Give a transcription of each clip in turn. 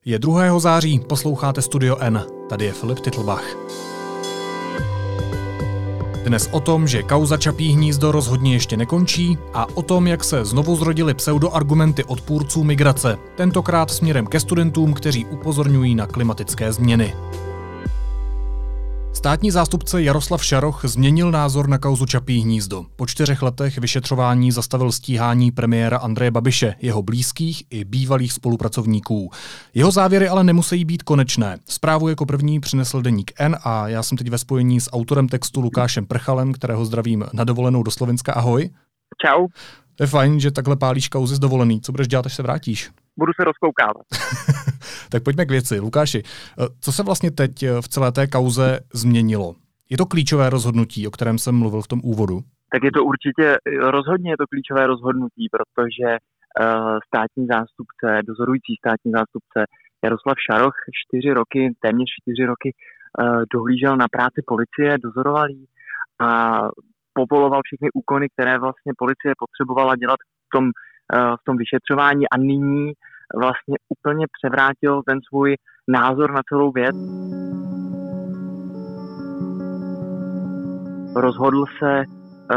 Je 2. září, posloucháte Studio N, tady je Filip Titlbach. Dnes o tom, že kauza Čapí hnízdo rozhodně ještě nekončí a o tom, jak se znovu zrodily pseudoargumenty odpůrců migrace, tentokrát směrem ke studentům, kteří upozorňují na klimatické změny. Státní zástupce Jaroslav Šaroch změnil názor na kauzu Čapí hnízdo. Po 4 letech vyšetřování zastavil stíhání premiéra Andreje Babiše, jeho blízkých i bývalých spolupracovníků. Jeho závěry ale nemusí být konečné. Zprávu jako první přinesl deník N a já jsem teď ve spojení s autorem textu Lukášem Prchalem, kterého zdravím na dovolenou do Slovenska. Ahoj. Čau. To je fajn, že takhle pálíš kauzy z dovolený. Co budeš dělat, až se vrátíš? Budu se rozkoukávat. Tak pojďme k věci. Lukáši, co se vlastně teď v celé té kauze změnilo? Je to klíčové rozhodnutí, o kterém jsem mluvil v tom úvodu? Tak je to určitě, rozhodně je to klíčové rozhodnutí, protože státní zástupce, dozorující státní zástupce Jaroslav Šaroch téměř 4 roky dohlížel na práci policie, dozoroval jí a povoloval všechny úkony, které vlastně policie potřebovala dělat v tom vyšetřování a nyní vlastně úplně převrátil ten svůj názor na celou věc. Rozhodl se,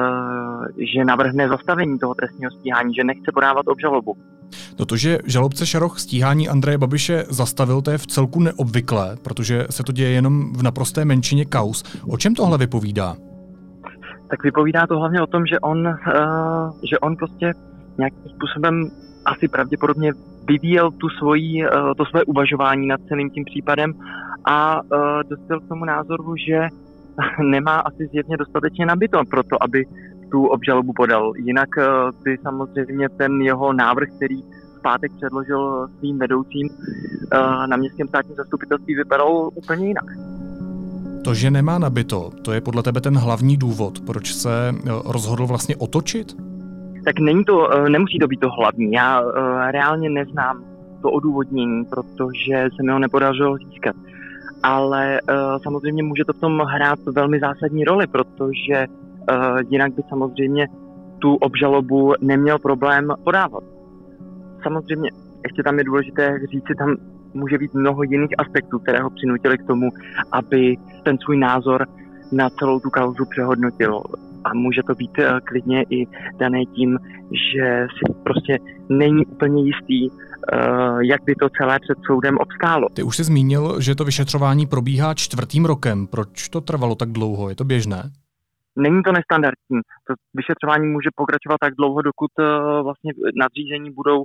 že navrhne zastavení toho trestního stíhání, že nechce podávat obžalobu. To, že žalobce Šaroch stíhání Andreje Babiše zastavil, to je v celku neobvyklé, protože se to děje jenom v naprosté menšině kauz. O čem tohle vypovídá? Tak vypovídá to hlavně o tom, že on prostě nějakým způsobem asi pravděpodobně vyvíjel to své uvažování nad celým tím případem a dospěl k tomu názoru, že nemá asi zjevně dostatečně nabito pro to, aby tu obžalobu podal. Jinak by samozřejmě ten jeho návrh, který v pátek předložil svým vedoucím na městském státním zastupitelství, vypadal úplně jinak. To, že nemá nabito, to je podle tebe ten hlavní důvod, proč se rozhodl vlastně otočit? Tak nemusí to být to hlavní. Já reálně neznám to odůvodnění, protože se mi ho nepodařilo získat. Ale samozřejmě může to v tom hrát velmi zásadní roli, protože jinak by samozřejmě tu obžalobu neměl problém podávat. Samozřejmě, ještě tam je důležité říct, tam může být mnoho jiných aspektů, které ho přinutily k tomu, aby ten svůj názor na celou tu kauzu přehodnotil. A může to být klidně i dané tím, že si prostě není úplně jistý, jak by to celé před soudem obstálo. Ty už jsi zmínil, že to vyšetřování probíhá 4. rokem. Proč to trvalo tak dlouho? Je to běžné? Není to nestandardní. To vyšetřování může pokračovat tak dlouho, dokud vlastně nadřízení budou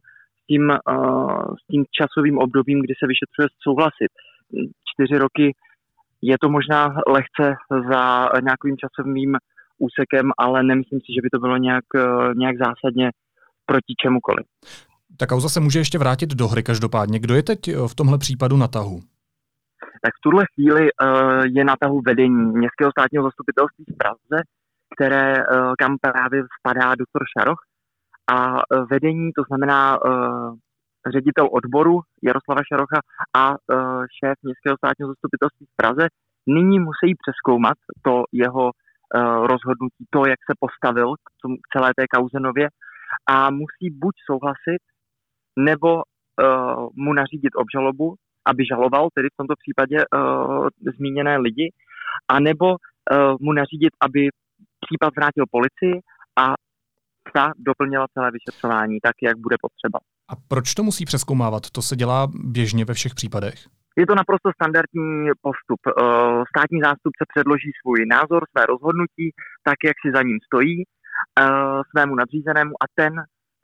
s tím časovým obdobím, kdy se vyšetřuje, souhlasit. 4 roky je to možná lehce za nějakým časovým úsekem, ale nemyslím si, že by to bylo nějak zásadně proti čemukoliv. Ta kauza se může ještě vrátit do hry každopádně. Kdo je teď v tomhle případu na tahu? Tak v tuhle chvíli je na tahu vedení Městského státního zastupitelství v Praze, kam právě spadá doktor Šaroch. A vedení, to znamená ředitel odboru Jaroslava Šarocha a šéf Městského státního zastupitelství v Praze, nyní musí přezkoumat to jeho rozhodnutí, to, jak se postavil k celé té kauze nově a musí buď souhlasit, nebo mu nařídit obžalobu, aby žaloval, tedy v tomto případě zmíněné lidi, anebo mu nařídit, aby případ vrátil policii a ta doplnila celé vyšetřování tak, jak bude potřeba. A proč to musí přezkoumávat? To se dělá běžně ve všech případech? Je to naprosto standardní postup. Státní zástupce předloží svůj názor, své rozhodnutí, tak, jak si za ním stojí, svému nadřízenému a ten,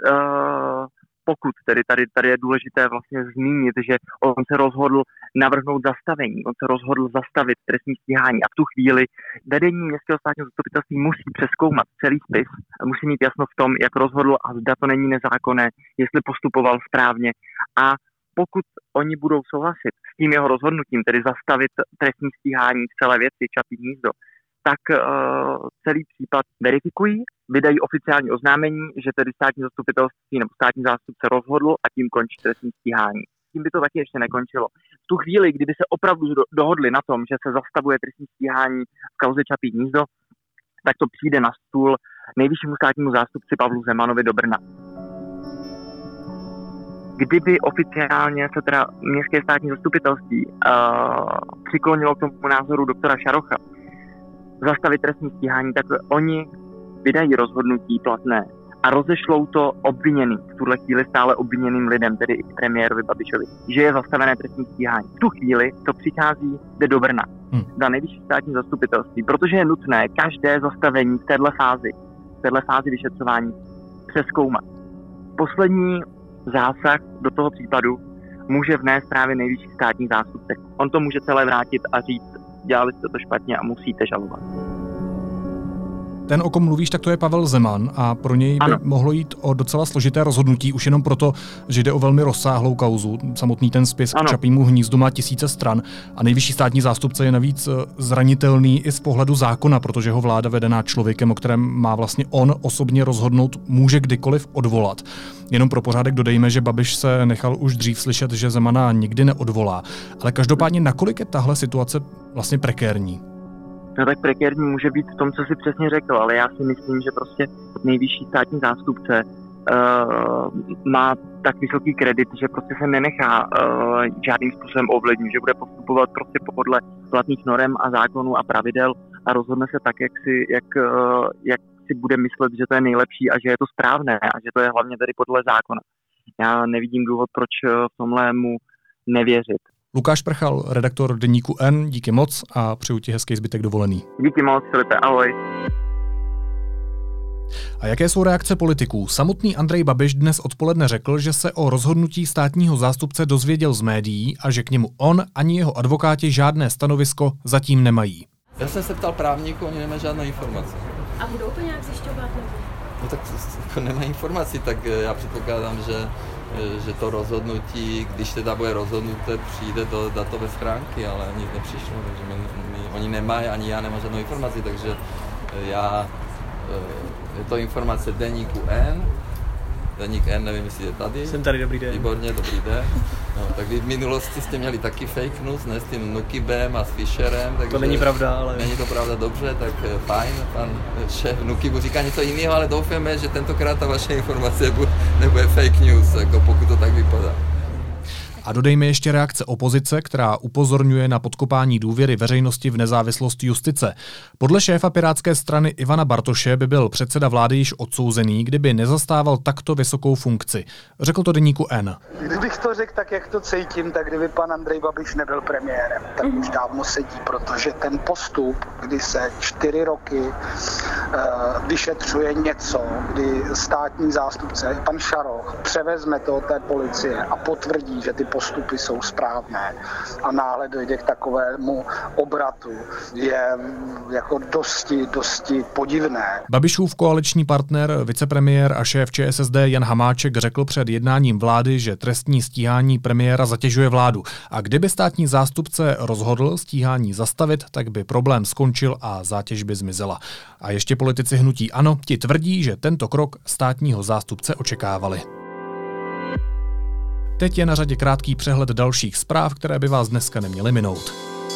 pokud tedy tady je důležité vlastně zmínit, že on se rozhodl navrhnout zastavení, on se rozhodl zastavit trestní stíhání a v tu chvíli vedení Městského státního zastupitelství musí přezkoumat celý spis, musí mít jasno v tom, jak rozhodl a zda to není nezákonné, jestli postupoval správně a pokud oni budou souhlasit s tím jeho rozhodnutím, tedy zastavit trestní stíhání v celé věci Čapí hnízdo, tak celý případ verifikují, vydají oficiální oznámení, že tedy státní zastupitelství nebo státní zástupce rozhodl a tím končí trestní stíhání. Tím by to taky ještě nekončilo. V tu chvíli, kdyby se opravdu dohodli na tom, že se zastavuje trestní stíhání v kauze Čapí hnízdo, tak to přijde na stůl nejvyššímu státnímu zástupci Pavlu Zemanovi do Brna. kdyby oficiálně se teda městské státní zastupitelství přiklonilo k tomu názoru doktora Šarocha zastavit trestní stíhání, tak oni vydají rozhodnutí platné a rozešlou to obviněným, v tuhle chvíli stále obviněným lidem, tedy i premiérovi Babišovi, že je zastavené trestní stíhání. V tu chvíli to přichází do Brna, za nejvyšší státní zastupitelství, protože je nutné každé zastavení v téhle fázi vyšetřování přezkoumat. Poslední zásah do toho případu může vnést právě nejvyšší státní zástupce. On to může celé vrátit a říct, dělali jste to špatně a musíte žalovat. Ten, o kom mluvíš, tak to je Pavel Zeman a pro něj by mohlo jít o docela složité rozhodnutí, už jenom proto, že jde o velmi rozsáhlou kauzu. Samotný ten spis k Čapímu hnízdu má tisíce stran a nejvyšší státní zástupce je navíc zranitelný i z pohledu zákona, protože ho vláda vedená člověkem, o kterém má vlastně on osobně rozhodnout, může kdykoliv odvolat. Jenom pro pořádek dodejme, že Babiš se nechal už dřív slyšet, že Zemana nikdy neodvolá. Ale každopádně nakolik je tahle situace vlastně prekérní? No tak prekérní může být v tom, co si přesně řekl, ale já si myslím, že prostě nejvyšší státní zástupce má tak vysoký kredit, že prostě se nenechá žádným způsobem ovlivnit, že bude postupovat prostě podle platných norem a zákonů a pravidel a rozhodne se tak, jak si bude myslet, že to je nejlepší a že je to správné a že to je hlavně tedy podle zákona. Já nevidím důvod, proč v tomhle mu nevěřit. Lukáš Prchal, redaktor deníku N, díky moc a přeju ti hezký zbytek dovolený. Díky moc, Filipe, ahoj. A jaké jsou reakce politiků? Samotný Andrej Babiš dnes odpoledne řekl, že se o rozhodnutí státního zástupce dozvěděl z médií a že k němu on ani jeho advokáti žádné stanovisko zatím nemají. Já jsem se ptal právníků, oni nemají žádné informace. A budou to nějak zjišťovat? No tak nemají informací, tak já předpokládám, že to rozhodnutí, když teda bude rozhodnuté, přijde do datové schránky, ale nic nepřišlo, takže oni nemají, ani já nemám žádnou informaci, takže je to informace deníku N. Deník N, nevím, jestli je tady. Jsem tady, dobrý den. Výborně, dobrý den. No, tak vy v minulosti jste měli taky fake news, ne, s tím Nukibem a s Fischerem. Takže to není pravda, ale... Není to pravda, dobře, tak fajn. Pan šéf Nukibu říká něco jiného, ale doufáme, že tentokrát ta vaše informace nebude fake news, jako pokud to tak vypadá. A dodejme ještě reakce opozice, která upozorňuje na podkopání důvěry veřejnosti v nezávislost justice. Podle šéfa Pirátské strany Ivana Bartoše by byl předseda vlády již odsouzený, kdyby nezastával takto vysokou funkci. Řekl to deníku N. Kdybych to řekl tak, jak to cítím, tak kdyby pan Andrej Babiš nebyl premiérem, tak už dávno sedí, protože ten postup, kdy se 4 roky vyšetřuje něco, kdy státní zástupce, pan Šaroch, převezme to od té policie a potvrdí, že ty postupy jsou správné a náhle dojde k takovému obratu, je jako dosti podivné. Babišův koaliční partner, vicepremiér a šéf ČSSD Jan Hamáček řekl před jednáním vlády, že trestní stíhání premiéra zatěžuje vládu. A kdyby státní zástupce rozhodl stíhání zastavit, tak by problém skončil a zátěž by zmizela. A ještě politici hnutí ANO, ti tvrdí, že tento krok státního zástupce očekávali. Teď je na řadě krátký přehled dalších zpráv, které by vás dneska neměly minout.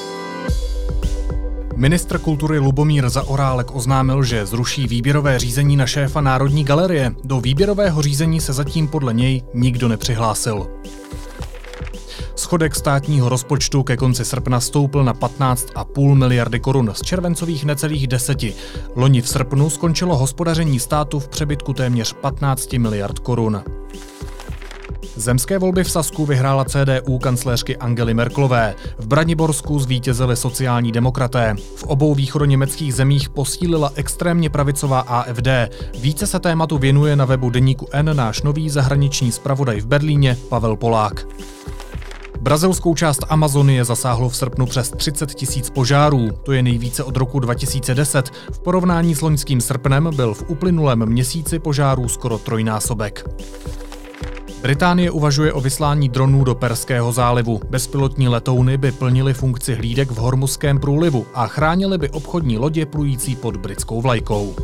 Ministr kultury Lubomír Zaorálek oznámil, že zruší výběrové řízení na šéfa Národní galerie. Do výběrového řízení se zatím podle něj nikdo nepřihlásil. Schodek státního rozpočtu ke konci srpna stoupl na 15,5 miliardy korun z červencových necelých 10. Loni v srpnu skončilo hospodaření státu v přebytku téměř 15 miliard korun. Zemské volby v Sasku vyhrála CDU kancléřky Angely Merkelové. V Braniborsku zvítězili sociální demokraté. V obou východoněmeckých zemích posílila extrémně pravicová AfD. Více se tématu věnuje na webu deníku N náš nový zahraniční zpravodaj v Berlíně Pavel Polák. Brazilskou část Amazonie zasáhlo v srpnu přes 30 000 požárů. To je nejvíce od roku 2010. V porovnání s loňským srpnem byl v uplynulém měsíci požárů skoro trojnásobek. Británie uvažuje o vyslání dronů do Perského zálivu. Bezpilotní letouny by plnily funkci hlídek v Hormuzském průlivu a chránily by obchodní lodě plující pod britskou vlajkou.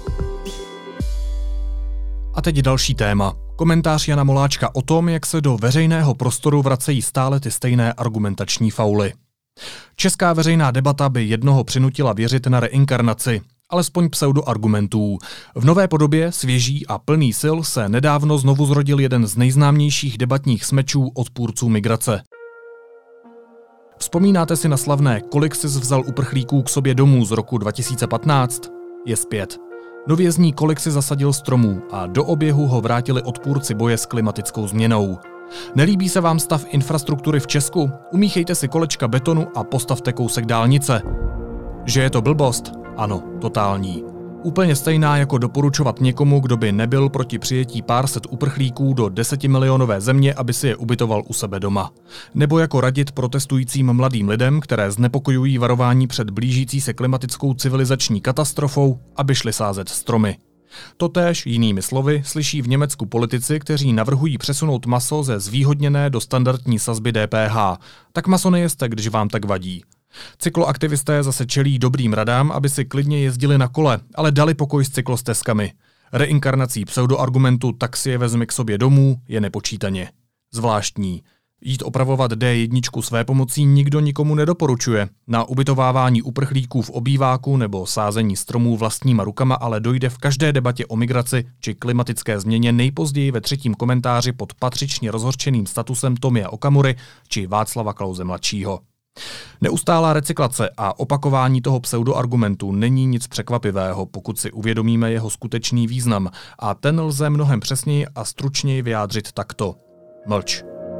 A teď další téma. Komentář Jana Moláčka o tom, jak se do veřejného prostoru vracejí stále ty stejné argumentační fauly. Česká veřejná debata by jednoho přinutila věřit na reinkarnaci. Alespoň pseudoargumentů. V nové podobě, svěží a plný sil, se nedávno znovu zrodil jeden z nejznámějších debatních smečů odpůrců migrace. Vzpomínáte si na slavné Kolik jsi vzal uprchlíků k sobě domů z roku 2015? Je zpět. Nově zní Kolik si zasadil stromů a do oběhu ho vrátili odpůrci boje s klimatickou změnou. Nelíbí se vám stav infrastruktury v Česku? Umíchejte si kolečka betonu a postavte kousek dálnice. Že je to blbost? Ano, totální. Úplně stejná jako doporučovat někomu, kdo by nebyl proti přijetí pár set uprchlíků do 10milionové země, aby si je ubytoval u sebe doma. Nebo jako radit protestujícím mladým lidem, které znepokojují varování před blížící se klimatickou civilizační katastrofou, aby šli sázet stromy. Totéž, jinými slovy, slyší v Německu politici, kteří navrhují přesunout maso ze zvýhodněné do standardní sazby DPH. Tak maso nejeste, když vám tak vadí. Cykloaktivisté zase čelí dobrým radám, aby si klidně jezdili na kole, ale dali pokoj s cyklostezkami. Reinkarnací pseudoargumentu tak si je vezmi k sobě domů je nepočítaně. Zvláštní. Jít opravovat D1 své pomocí nikdo nikomu nedoporučuje. Na ubytovávání uprchlíků v obýváku nebo sázení stromů vlastníma rukama ale dojde v každé debatě o migraci či klimatické změně nejpozději ve 3. komentáři pod patřičně rozhořčeným statusem Tomia Okamury či Václava Klause mladšího. Neustálá recyklace a opakování toho pseudoargumentu není nic překvapivého, pokud si uvědomíme jeho skutečný význam, a ten lze mnohem přesněji a stručněji vyjádřit takto. Mlč.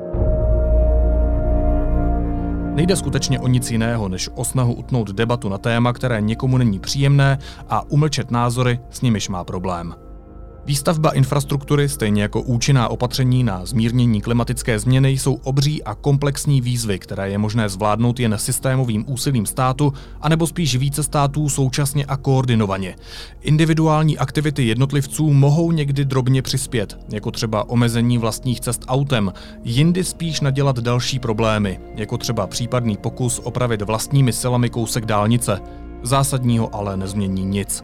Nejde skutečně o nic jiného, než o snahu utnout debatu na téma, které někomu není příjemné, a umlčet názory, s nimiž má problém. Výstavba infrastruktury, stejně jako účinná opatření na zmírnění klimatické změny, jsou obří a komplexní výzvy, které je možné zvládnout jen systémovým úsilím státu, anebo spíš více států současně a koordinovaně. Individuální aktivity jednotlivců mohou někdy drobně přispět, jako třeba omezení vlastních cest autem, jindy spíš nadělat další problémy, jako třeba případný pokus opravit vlastními silami kousek dálnice. Zásadního ale nezmění nic.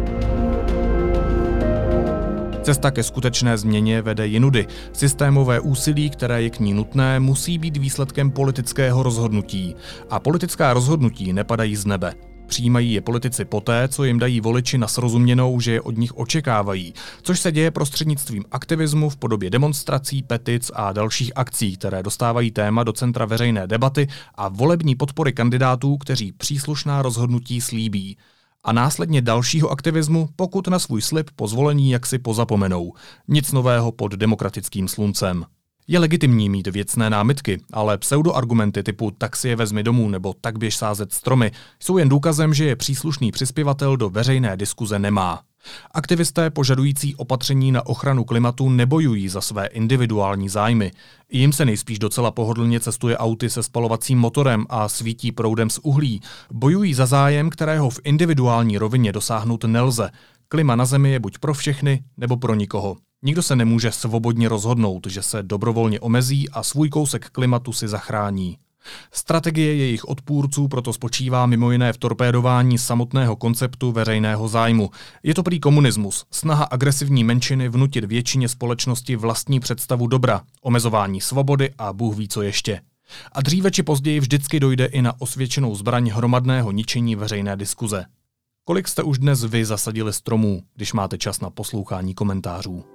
Cesta ke skutečné změně vede jinudy. Systémové úsilí, které je k ní nutné, musí být výsledkem politického rozhodnutí. A politická rozhodnutí nepadají z nebe. Přijímají je politici poté, co jim dají voliči na srozuměnou, že je od nich očekávají, což se děje prostřednictvím aktivismu v podobě demonstrací, petic a dalších akcí, které dostávají téma do centra veřejné debaty a volební podpory kandidátů, kteří příslušná rozhodnutí slíbí. A následně dalšího aktivismu, pokud na svůj slib po zvolení jaksi pozapomenou. Nic nového pod demokratickým sluncem. Je legitimní mít věcné námitky, ale pseudoargumenty typu tak si je vezmi domů nebo tak běž sázet stromy jsou jen důkazem, že je příslušný přispěvatel do veřejné diskuze nemá. Aktivisté požadující opatření na ochranu klimatu nebojují za své individuální zájmy. Jim se nejspíš docela pohodlně cestuje auty se spalovacím motorem a svítí proudem z uhlí. Bojují za zájem, kterého v individuální rovině dosáhnout nelze. Klima na Zemi je buď pro všechny, nebo pro nikoho. Nikdo se nemůže svobodně rozhodnout, že se dobrovolně omezí a svůj kousek klimatu si zachrání. Strategie jejich odpůrců proto spočívá mimo jiné v torpédování samotného konceptu veřejného zájmu. Je to prý komunismus, snaha agresivní menšiny vnutit většině společnosti vlastní představu dobra, omezování svobody a Bůh ví co ještě. A dříve či později vždycky dojde i na osvědčenou zbraň hromadného ničení veřejné diskuze. Kolik jste už dnes vy zasadili stromů, když máte čas na poslouchání komentářů?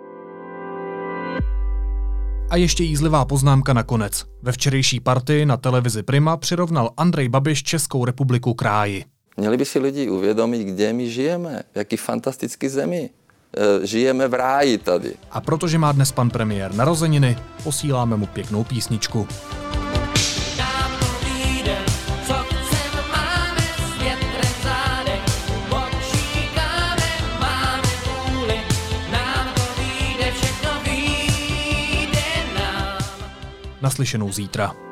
A ještě jízlivá poznámka nakonec. Ve včerejší partii na televizi Prima přirovnal Andrej Babiš Českou republiku k ráji. Měli by si lidi uvědomit, kde my žijeme, v jaký fantastický zemi. Žijeme v ráji tady. A protože má dnes pan premiér narozeniny, posíláme mu pěknou písničku. Naslyšenou zítra.